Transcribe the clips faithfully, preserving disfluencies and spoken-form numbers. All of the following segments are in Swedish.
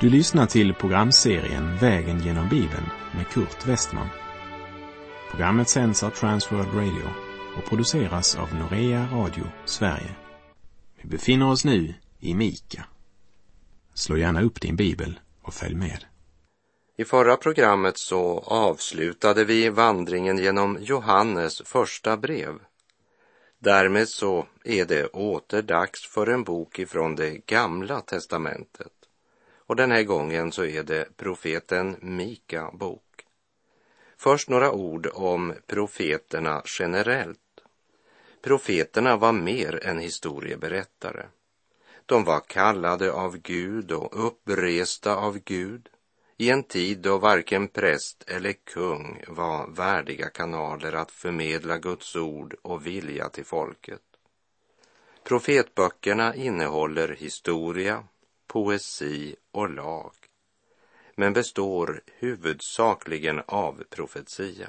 Du lyssnar till programserien Vägen genom Bibeln med Kurt Westman. Programmet sänds av Transworld Radio och produceras av Norea Radio Sverige. Vi befinner oss nu i Mika. Slå gärna upp din bibel och följ med. I förra programmet så avslutade vi vandringen genom Johannes första brev. Därmed så är det åter dags för en bok ifrån det gamla testamentet. Och den här gången så är det profeten Mika bok. Först några ord om profeterna generellt. Profeterna var mer än historieberättare. De var kallade av Gud och uppresta av Gud i en tid då varken präst eller kung var värdiga kanaler att förmedla Guds ord och vilja till folket. Profetböckerna innehåller historia, poesi och lag, men består huvudsakligen av profetia.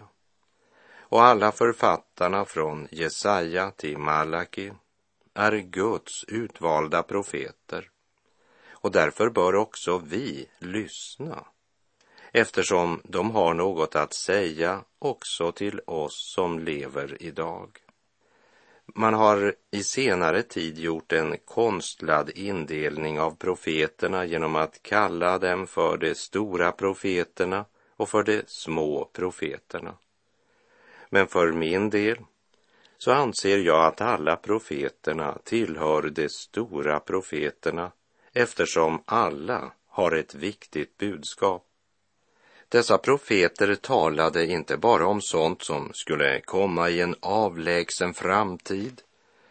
Och alla författarna från Jesaja till Malaki är Guds utvalda profeter. Och därför bör också vi lyssna, eftersom de har något att säga också till oss som lever idag. Man har i senare tid gjort en konstlad indelning av profeterna genom att kalla dem för de stora profeterna och för de små profeterna. Men för min del så anser jag att alla profeterna tillhör de stora profeterna, eftersom alla har ett viktigt budskap. Dessa profeter talade inte bara om sånt som skulle komma i en avlägsen framtid.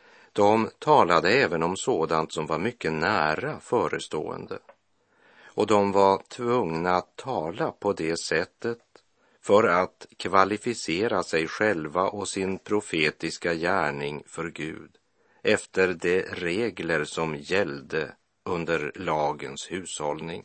De talade även om sådant som var mycket nära förestående. Och de var tvungna att tala på det sättet för att kvalificera sig själva och sin profetiska gärning för Gud efter de regler som gällde under lagens hushållning.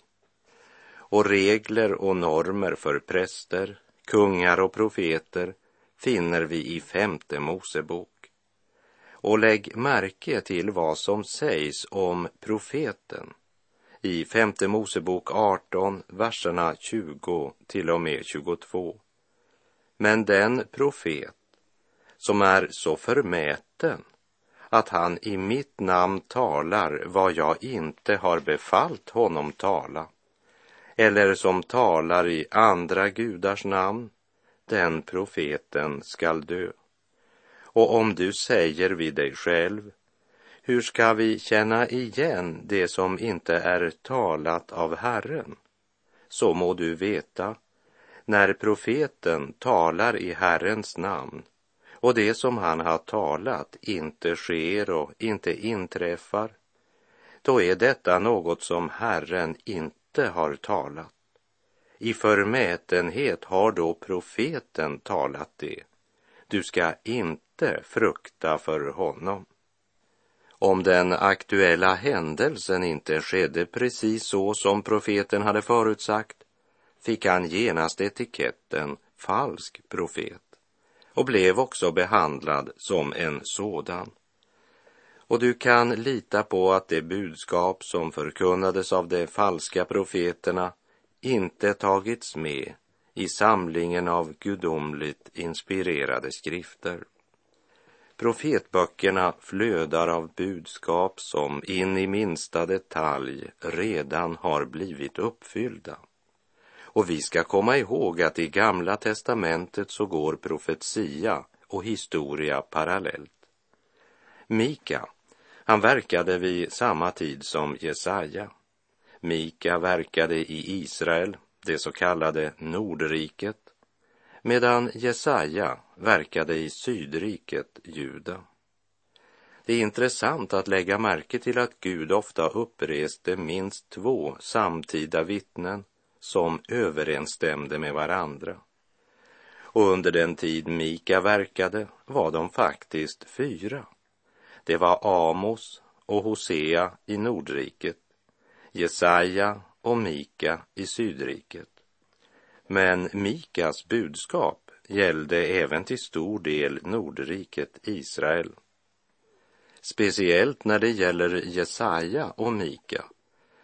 Och regler och normer för präster, kungar och profeter finner vi i femte Mosebok. Och lägg märke till vad som sägs om profeten i femte Mosebok arton, verserna tjugo till och med tjugotvå. Men den profet som är så förmäten att han i mitt namn talar vad jag inte har befallt honom tala, eller som talar i andra gudars namn, den profeten skall dö. Och om du säger vid dig själv, hur ska vi känna igen det som inte är talat av Herren? Så må du veta, när profeten talar i Herrens namn, och det som han har talat inte sker och inte inträffar, då är detta något som Herren inte har talat. I förmätenhet har då profeten talat det. Du ska inte frukta för honom. Om den aktuella händelsen inte skedde precis så som profeten hade förutsagt, fick han genast etiketten falsk profet och blev också behandlad som en sådan. Och du kan lita på att det budskap som förkunnades av de falska profeterna inte tagits med i samlingen av gudomligt inspirerade skrifter. Profetböckerna flödar av budskap som in i minsta detalj redan har blivit uppfyllda. Och vi ska komma ihåg att i Gamla testamentet så går profetia och historia parallellt. Mika, han verkade vid samma tid som Jesaja. Mika verkade i Israel, det så kallade Nordriket, medan Jesaja verkade i Sydriket, Juda. Det är intressant att lägga märke till att Gud ofta uppreste minst två samtida vittnen som överensstämde med varandra. Och under den tid Mika verkade var de faktiskt fyra. Det var Amos och Hosea i Nordriket, Jesaja och Mika i Sydriket. Men Mikas budskap gällde även till stor del Nordriket Israel. Speciellt när det gäller Jesaja och Mika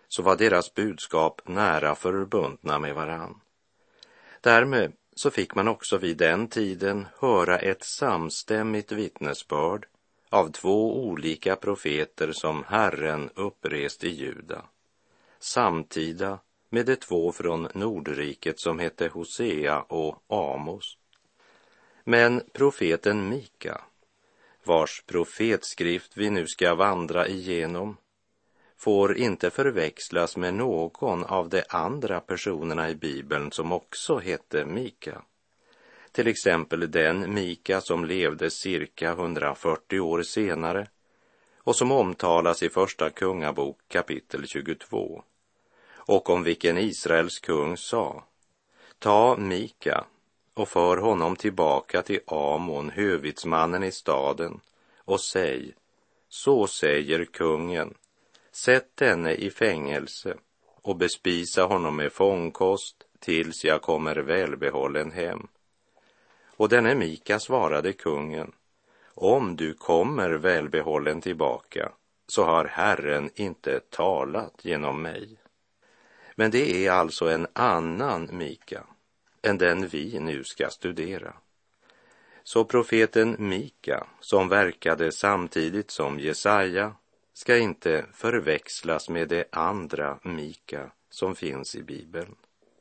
så var deras budskap nära förbundna med varann. Därmed så fick man också vid den tiden höra ett samstämmigt vittnesbörd av två olika profeter som Herren upprest i Juda, samtida med de två från Nordriket som hette Hosea och Amos. Men profeten Mika, vars profetskrift vi nu ska vandra igenom, får inte förväxlas med någon av de andra personerna i Bibeln som också hette Mika. Till exempel den Mika som levde cirka hundrafyrtio år senare och som omtalas i Första Kungabok kapitel tjugotvå, och om vilken Israels kung sa: ta Mika och för honom tillbaka till Amon, hövitsmannen i staden, och säg: så säger kungen, sätt denne i fängelse och bespisa honom med fångkost tills jag kommer välbehållen hem. Och denne Mika svarade kungen: om du kommer välbehållen tillbaka, så har Herren inte talat genom mig. Men det är alltså en annan Mika än den vi nu ska studera. Så profeten Mika, som verkade samtidigt som Jesaja, ska inte förväxlas med det andra Mika som finns i Bibeln.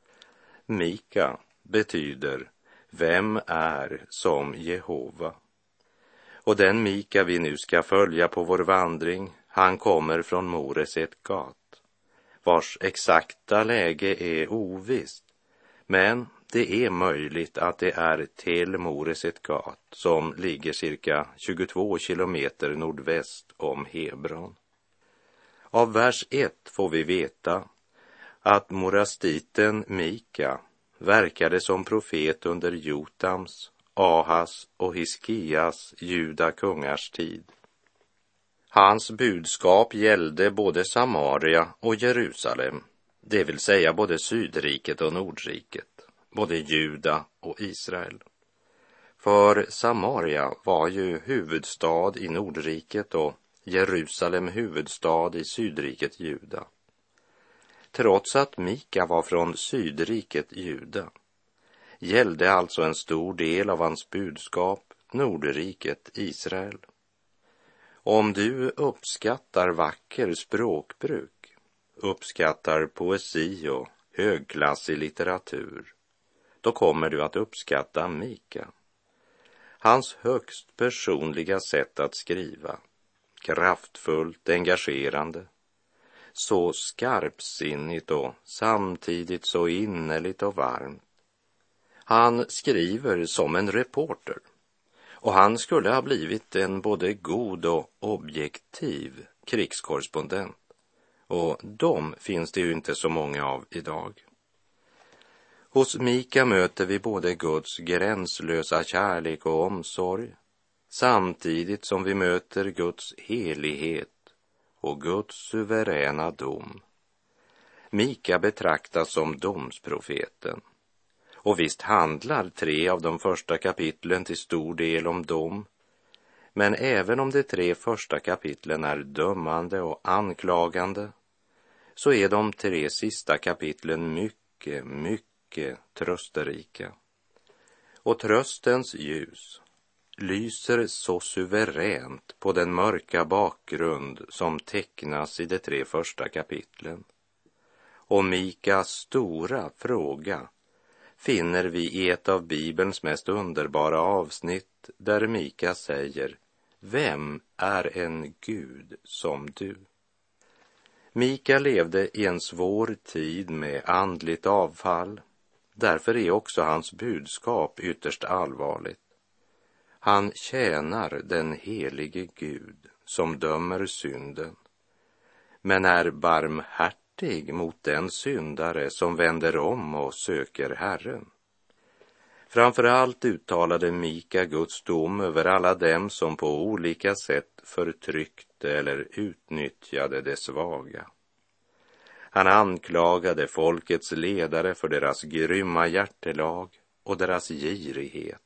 Mika betyder vem är som Jehova. Och den Mika vi nu ska följa på vår vandring, han kommer från Moreset Gat, vars exakta läge är ovisst, men det är möjligt att det är till Moreset Gat som ligger cirka tjugotvå kilometer nordväst om Hebron. Av vers ett får vi veta att morastiten Mika verkade som profet under Jotams, Ahas och Hiskias juda kungars tid. Hans budskap gällde både Samaria och Jerusalem, det vill säga både Sydriket och Nordriket, både Juda och Israel. För Samaria var ju huvudstad i Nordriket och Jerusalem huvudstad i Sydriket Juda. Trots att Mika var från Sydriket Juda gällde alltså en stor del av hans budskap Nordriket Israel. Om du uppskattar vacker språkbruk, uppskattar poesi och högklassig litteratur, då kommer du att uppskatta Mika. Hans högst personliga sätt att skriva, kraftfullt, engagerande, så skarpsinnigt och samtidigt så innerligt och varmt. Han skriver som en reporter, och han skulle ha blivit en både god och objektiv krigskorrespondent, och de finns det ju inte så många av idag. Hos Mika möter vi både Guds gränslösa kärlek och omsorg, samtidigt som vi möter Guds helighet och Guds suveräna dom. Mika betraktas som domsprofeten, och visst handlar tre av de första kapitlen till stor del om dom, men även om de tre första kapitlen är dömande och anklagande, så är de tre sista kapitlen mycket, mycket trösterika. Och tröstens ljus lyser så suveränt på den mörka bakgrund som tecknas i de tre första kapitlen. Och Mikas stora fråga finner vi i ett av Bibelns mest underbara avsnitt, där Mika säger: vem är en Gud som du? Mika levde i en svår tid med andligt avfall. Därför är också hans budskap ytterst allvarligt. Han tjänar den helige Gud som dömer synden, men är barmhärtig mot den syndare som vänder om och söker Herren. Framförallt uttalade Mika Guds dom över alla dem som på olika sätt förtryckte eller utnyttjade det svaga. Han anklagade folkets ledare för deras grymma hjärtelag och deras girighet.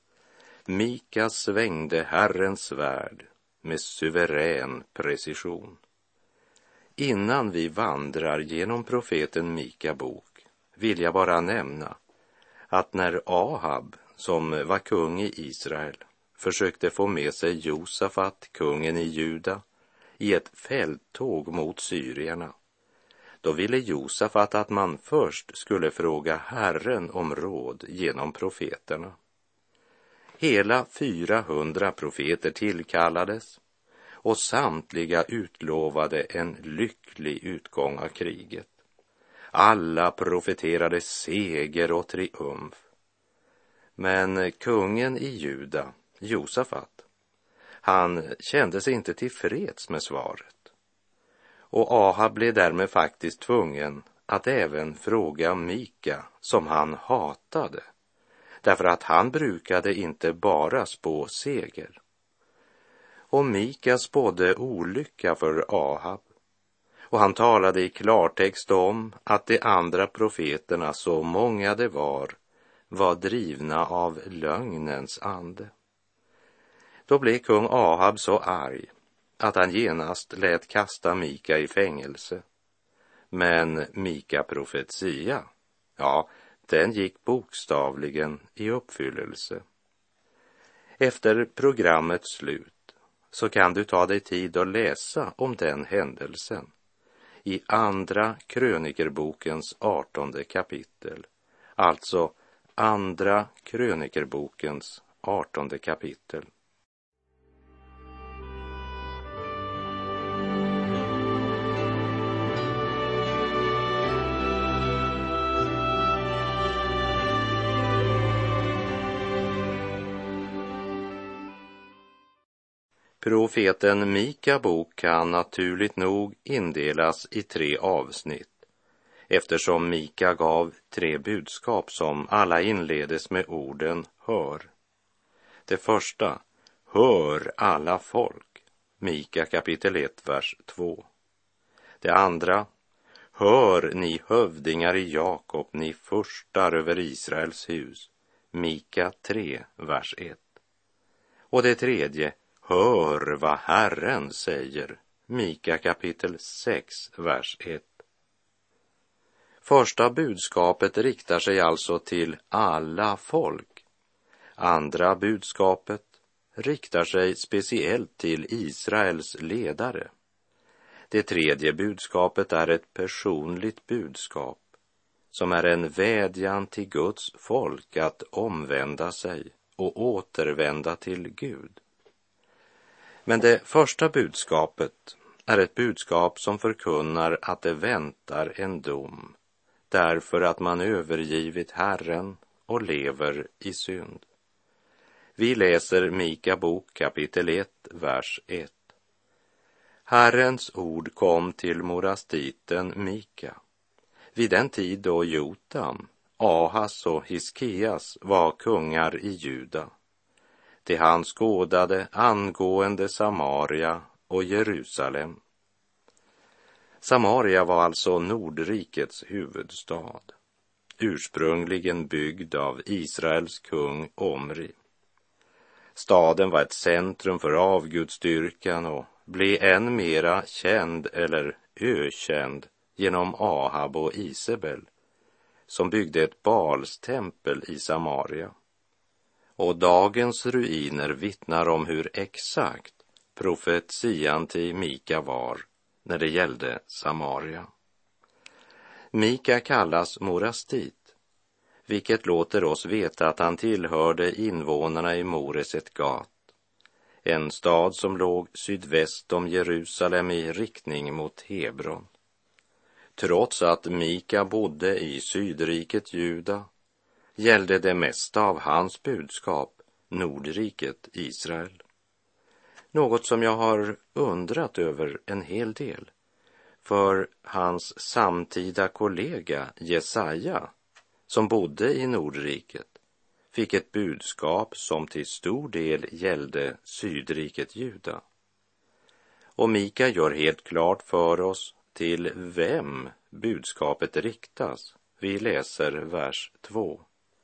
Mika svängde Herrens svärd med suverän precision. innan vi vandrar genom profeten Mika bok vill jag bara nämna att när Ahab, som var kung i Israel, försökte få med sig Josafat, kungen i Juda, i ett fälttåg mot syrierna, då ville Josafat att man först skulle fråga Herren om råd genom profeterna. Hela fyrahundra profeter tillkallades och samtliga utlovade en lycklig utgång av kriget. Alla profeterade seger och triumf. Men kungen i Juda, Josafat, han kände sig inte tillfreds med svaret. Och Ahab blev därmed faktiskt tvungen att även fråga Mika, som han hatade, därför att han brukade inte bara spå seger. Och Mika spådde olycka för Ahab, och han talade i klartext om att de andra profeterna, så många det var, var drivna av lögnens ande. Då blev kung Ahab så arg att han genast lät kasta Mika i fängelse. Men Mika profetia, ja, den gick bokstavligen i uppfyllelse. Efter programmets slut så kan du ta dig tid att läsa om den händelsen i andra krönikerbokens artonde kapitel. Alltså andra krönikerbokens artonde kapitel. Profeten Mika bok kan naturligt nog indelas i tre avsnitt, eftersom Mika gav tre budskap som alla inledes med orden hör. Det första, hör alla folk, Mika kapitel ett, vers två. Det andra, hör ni hövdingar i Jakob, ni furstar över Israels hus, Mika tre, vers ett. Och det tredje, hör vad Herren säger, Mika kapitel sex, vers ett. Första budskapet riktar sig alltså till alla folk. Andra budskapet riktar sig speciellt till Israels ledare. Det tredje budskapet är ett personligt budskap som är en vädjan till Guds folk att omvända sig och återvända till Gud. Men det första budskapet är ett budskap som förkunnar att det väntar en dom, därför att man övergivit Herren och lever i synd. Vi läser Mika bok kapitel ett, vers ett. Herrens ord kom till morastiten Mika vid den tid då Jotam, Ahas och Hiskias var kungar i Juda. Det han skådade angående Samaria och Jerusalem. Samaria var alltså Nordrikets huvudstad, ursprungligen byggd av Israels kung Omri. Staden var ett centrum för avgudstyrkan och blev än mera känd eller ökänd genom Ahab och Isabel, som byggde ett Baalstempel i Samaria. Och dagens ruiner vittnar om hur exakt profetian till Mika var när det gällde Samaria. Mika kallas morastit, vilket låter oss veta att han tillhörde invånarna i Moreset Gat, en stad som låg sydväst om Jerusalem i riktning mot Hebron. Trots att Mika bodde i sydriket Juda gällde det mesta av hans budskap Nordriket Israel. Något som jag har undrat över en hel del, för hans samtida kollega Jesaja, som bodde i Nordriket, fick ett budskap som till stor del gällde sydriket Juda. Och Mika gör helt klart för oss till vem budskapet riktas. Vi läser vers två.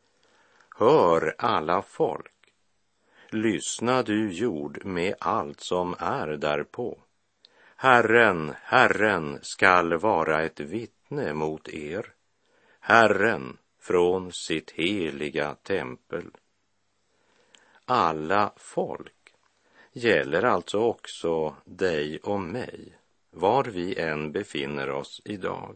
Hör alla folk, lyssna du jord med allt som är därpå. Herren, Herren skall vara ett vittne mot er, Herren från sitt heliga tempel. Alla folk gäller alltså också dig och mig, var vi än befinner oss idag.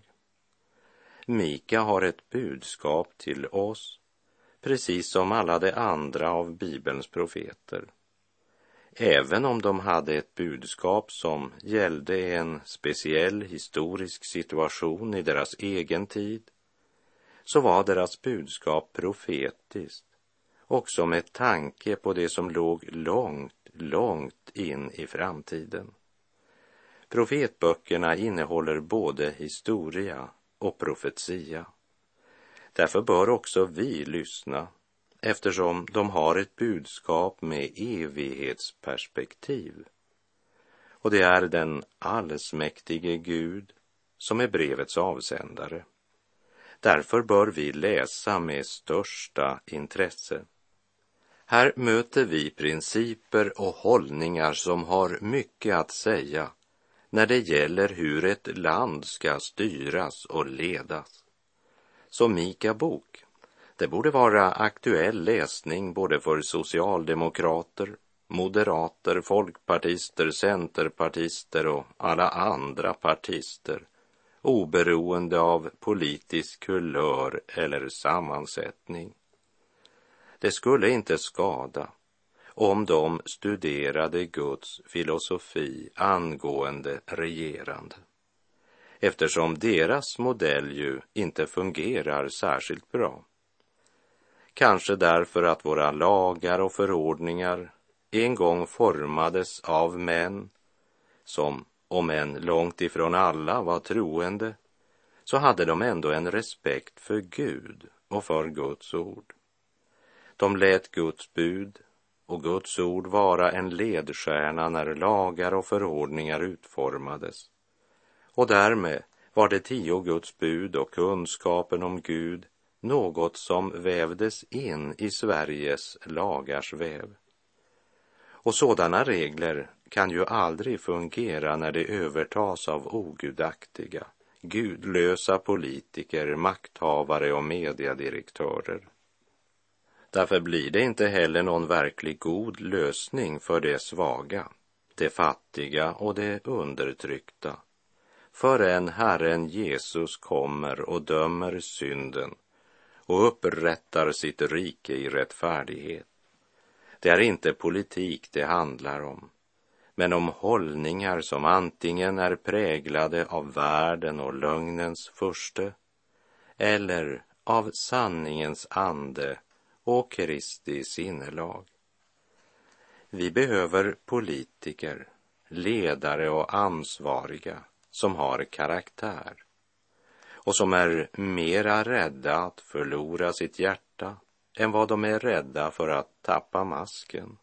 Mika har ett budskap till oss, precis som alla de andra av Bibelns profeter. Även om de hade ett budskap som gällde en speciell historisk situation i deras egen tid, så var deras budskap profetiskt, också med tanke på det som låg långt, långt in i framtiden. Profetböckerna innehåller både historia och profetia. Därför bör också vi lyssna, eftersom de har ett budskap med evighetsperspektiv. Och det är den allsmäktige Gud som är brevets avsändare. Därför bör vi läsa med största intresse. Här möter vi principer och hållningar som har mycket att säga när det gäller hur ett land ska styras och ledas. Så Mika bok, det borde vara aktuell läsning både för socialdemokrater, moderater, folkpartister, centerpartister och alla andra partister, oberoende av politisk kulör eller sammansättning. Det skulle inte skada om de studerade Guds filosofi angående regerande, eftersom deras modell ju inte fungerar särskilt bra. Kanske därför att våra lagar och förordningar en gång formades av män som, om än långt ifrån alla var troende, så hade de ändå en respekt för Gud och för Guds ord. De lät Guds bud och Guds ord vara en ledstjärna när lagar och förordningar utformades. Och därmed var det tio Guds bud och kunskapen om Gud något som vävdes in i Sveriges lagars väv. Och sådana regler kan ju aldrig fungera när det övertas av ogudaktiga, gudlösa politiker, makthavare och mediedirektörer. Därför blir det inte heller någon verklig god lösning för det svaga, det fattiga och det undertryckta, förrän Herren Jesus kommer och dömer synden och upprättar sitt rike i rättfärdighet. Det är inte politik det handlar om, men om hållningar som antingen är präglade av världen och lögnens furste eller av sanningens ande och Kristi sinnelag. Vi behöver politiker, ledare och ansvariga som har karaktär och som är mera rädda att förlora sitt hjärta än vad de är rädda för att tappa masken.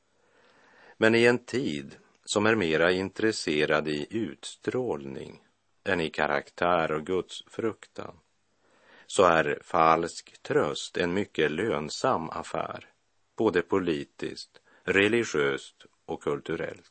Men i en tid som är mera intresserad i utstrålning än i karaktär och Guds fruktan, så är falsk tröst en mycket lönsam affär, både politiskt, religiöst och kulturellt.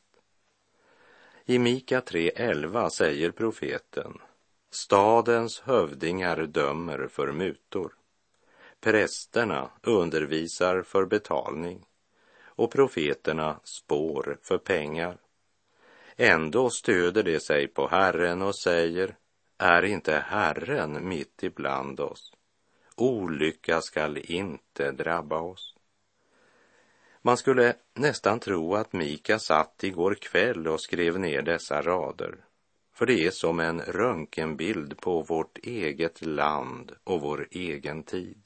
I Mika tre elva säger profeten: stadens hövdingar dömer för mutor, prästerna undervisar för betalning och profeterna spår för pengar. Ändå stöder de sig på Herren och säger: är inte Herren mitt ibland oss? Olycka skall inte drabba oss. Man skulle nästan tro att Mika satt igår kväll och skrev ner dessa rader, för det är som en röntgenbild på vårt eget land och vår egen tid.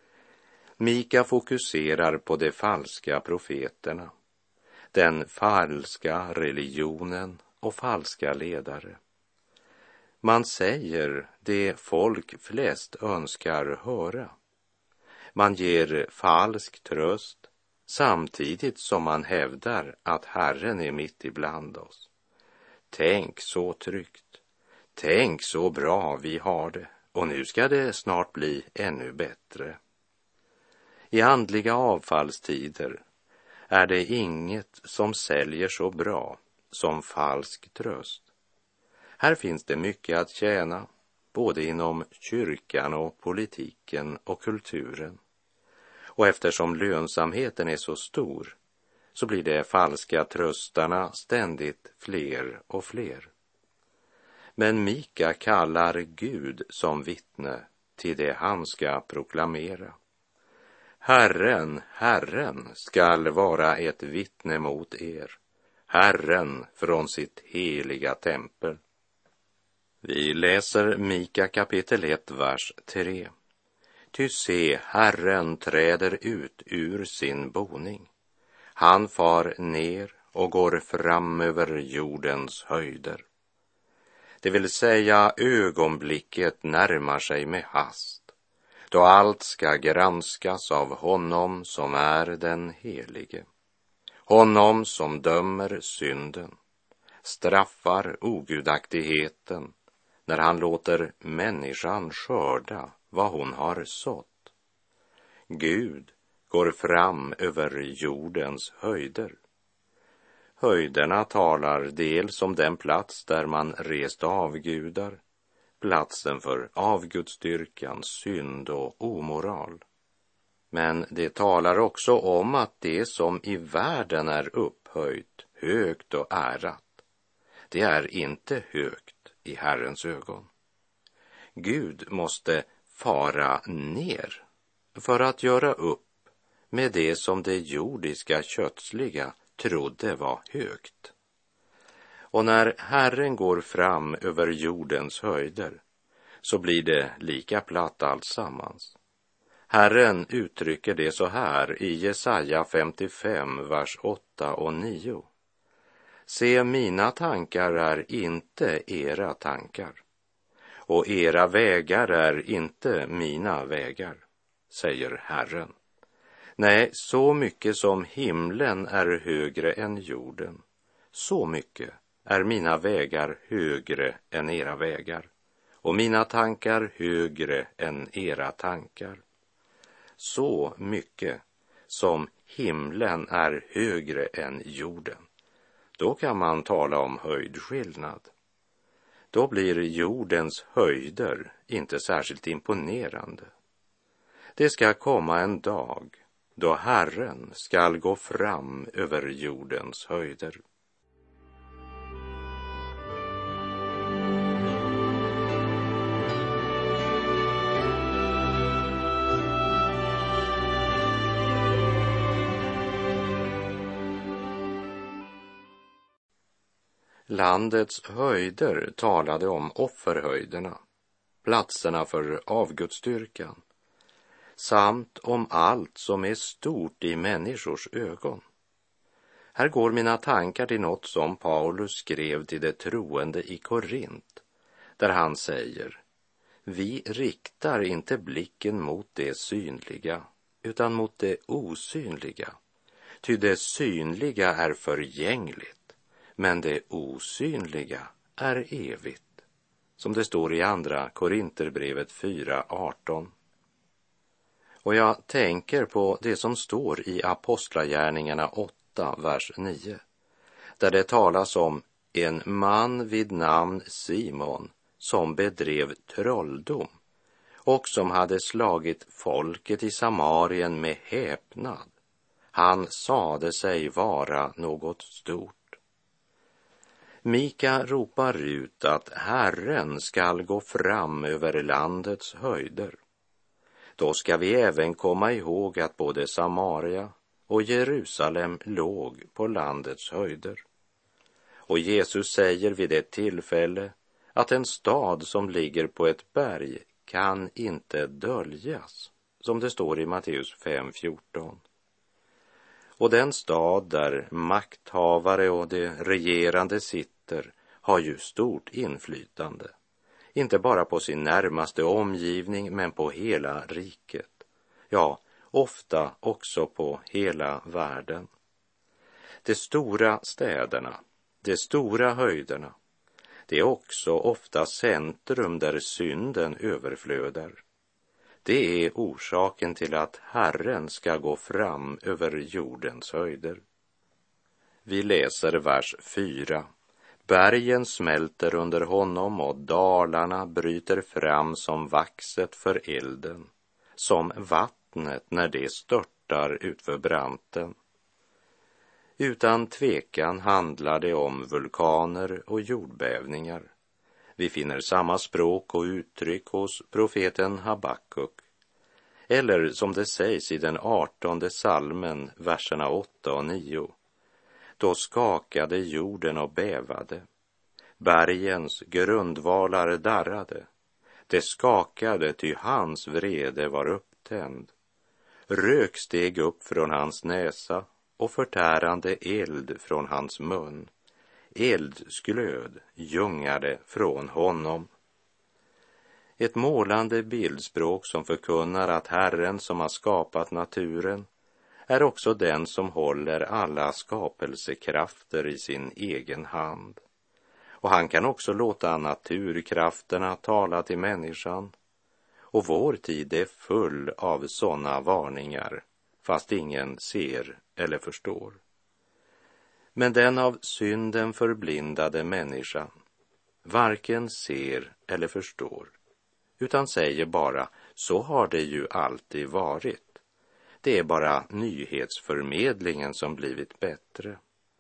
Mika fokuserar på de falska profeterna, den falska religionen och falska ledare. Man säger det folk flest önskar höra. Man ger falsk tröst samtidigt som man hävdar att Herren är mitt ibland oss. Tänk så tryggt, tänk så bra vi har det, och nu ska det snart bli ännu bättre. I andliga avfallstider är det inget som säljer så bra som falsk tröst. Här finns det mycket att tjäna, både inom kyrkan och politiken och kulturen. Och eftersom lönsamheten är så stor så blir det falska tröstarna ständigt fler och fler. Men Mika kallar Gud som vittne till det han ska proklamera. Herren, Herren skall vara ett vittne mot er, Herren från sitt heliga tempel. Vi läser Mika kapitel ett, vers tre. Ty se, Herren träder ut ur sin boning. Han far ner och går fram över jordens höjder. Det vill säga, ögonblicket närmar sig med hast, då allt ska granskas av honom som är den helige. Honom som dömer synden, straffar ogudaktigheten, när han låter människan skörda vad hon har sått. Gud går fram över jordens höjder. Höjderna talar dels om den plats där man rest avgudar, platsen för avgudsdyrkan, synd och omoral. Men det talar också om att det som i världen är upphöjt, högt och ärat, det är inte högt i Herrens ögon. Gud måste fara ner för att göra upp med det som det jordiska kötsliga trodde var högt. Och när Herren går fram över jordens höjder så blir det lika platt alltsammans. Herren uttrycker det så här i Jesaja femtiofem, vers åtta och nio. Se, mina tankar är inte era tankar, och era vägar är inte mina vägar, säger Herren. Nej, så mycket som himlen är högre än jorden, så mycket är mina vägar högre än era vägar, och mina tankar högre än era tankar. Så mycket som himlen är högre än jorden. Då kan man tala om höjdskillnad. Då blir jordens höjder inte särskilt imponerande. Det ska komma en dag då Herren skall gå fram över jordens höjder. Landets höjder talade om offerhöjderna, platserna för avgudsdyrkan, samt om allt som är stort i människors ögon. Här går mina tankar till något som Paulus skrev till de troende i Korint, där han säger: vi riktar inte blicken mot det synliga, utan mot det osynliga, ty det synliga är förgängligt, men det osynliga är evigt, som det står i andra Korinterbrevet fyra arton. Och jag tänker på det som står i Apostlagärningarna åtta, vers nio, där det talas om en man vid namn Simon som bedrev trolldom och som hade slagit folket i Samarien med häpnad. Han sade sig vara något stort. Mika ropar ut att Herren skall gå fram över landets höjder. Då ska vi även komma ihåg att både Samaria och Jerusalem låg på landets höjder. Och Jesus säger vid ett tillfälle att en stad som ligger på ett berg kan inte döljas, som det står i Matteus fem fjorton. Och den stad där makthavare och de regerande sitter har ju stort inflytande, inte bara på sin närmaste omgivning men på hela riket, ja, ofta också på hela världen. De stora städerna, de stora höjderna, det är också ofta centrum där synden överflödar. Det är orsaken till att Herren ska gå fram över jordens höjder. Vi läser vers fyra. Bergen smälter under honom och dalarna bryter fram som vaxet för elden, som vattnet när det störtar utför branten. Utan tvekan handlar det om vulkaner och jordbävningar. Vi finner samma språk och uttryck hos profeten Habakuk. Eller som det sägs i den artonde salmen, verserna åtta och nio. Då skakade jorden och bävade. Bergens grundvalar darrade. Det skakade, ty hans vrede var upptänd. Rök steg upp från hans näsa och förtärande eld från hans mun. Eldsglöd ljungade från honom. Ett målande bildspråk som förkunnar att Herren som har skapat naturen är också den som håller alla skapelsekrafter i sin egen hand. Och han kan också låta naturkrafterna tala till människan. Och vår tid är full av sådana varningar, fast ingen ser eller förstår. Men den av synden förblindade människan varken ser eller förstår, utan säger bara, så har det ju alltid varit. Det är bara nyhetsförmedlingen som blivit bättre.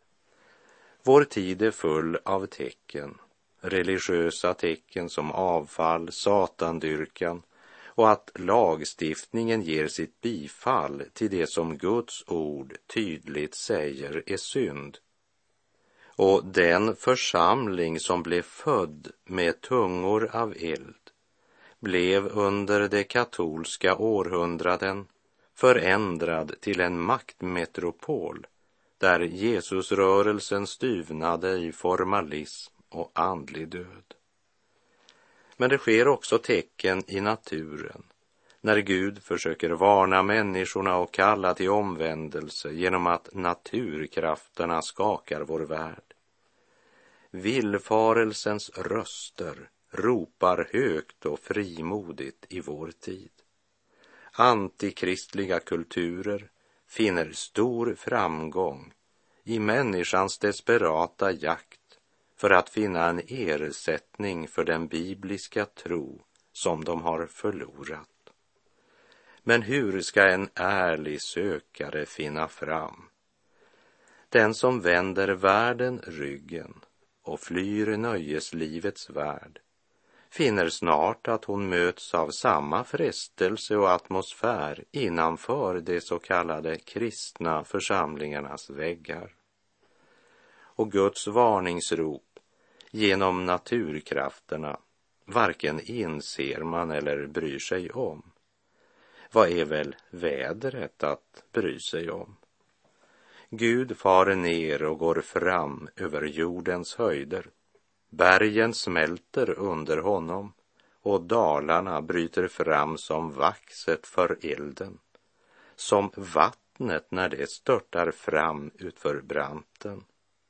Vår tid är full av tecken, religiösa tecken som avfall, satandyrkan och att lagstiftningen ger sitt bifall till det som Guds ord tydligt säger är synd. Och den församling som blev född med tungor av eld blev under de katolska århundraden förändrad till en maktmetropol där Jesusrörelsen styvnade i formalism och andlig död. Men det sker också tecken i naturen när Gud försöker varna människorna och kalla till omvändelse genom att naturkrafterna skakar vår värld. Villfarelsens röster ropar högt och frimodigt i vår tid. Antikristliga kulturer finner stor framgång i människans desperata jakt för att finna en ersättning för den bibliska tro som de har förlorat. Men hur ska en ärlig sökare finna fram? Den som vänder världen ryggen och flyr nöjeslivets värld finner snart att hon möts av samma frestelse och atmosfär innanför de så kallade kristna församlingarnas väggar. Och Guds varningsrop genom naturkrafterna varken inser man eller bryr sig om. Vad är väl vädret att bry sig om? Gud far ner och går fram över jordens höjder. Bergen smälter under honom och dalarna bryter fram som vaxet för elden, som vattnet när det störtar fram utför branten.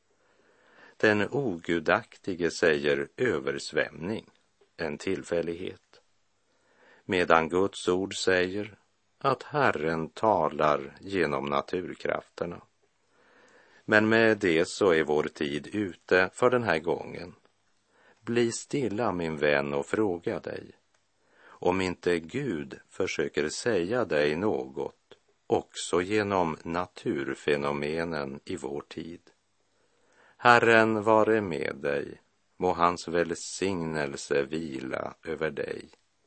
Den ogudaktige säger översvämning, en tillfällighet, medan Guds ord säger att Herren talar genom naturkrafterna. Men med det så är vår tid ute för den här gången. Bli stilla, min vän, och fråga dig om inte Gud försöker säga dig något också genom naturfenomenen i vår tid. Herren vare med dig, må hans välsignelse vila över dig.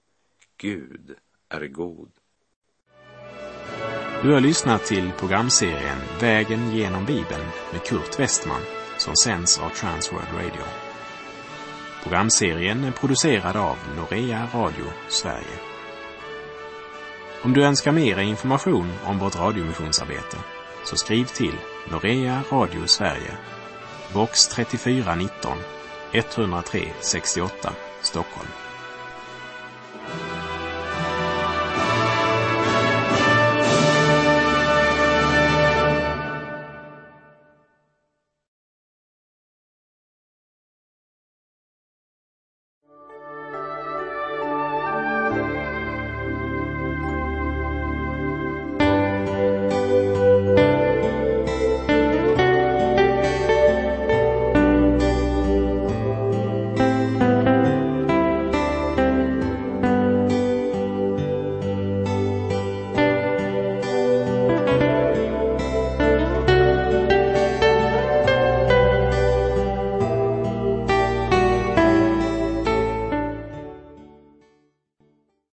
Gud är god. Du har lyssnat till programserien Vägen genom Bibeln med Kurt Westman som sänds av Transworld Radio. Programserien är producerad av Norea Radio Sverige. Om du önskar mer information om vårt radiomissionsarbete så skriv till Norea Radio Sverige, box trettiofyra nitton, etthundratre sextioåtta, Stockholm.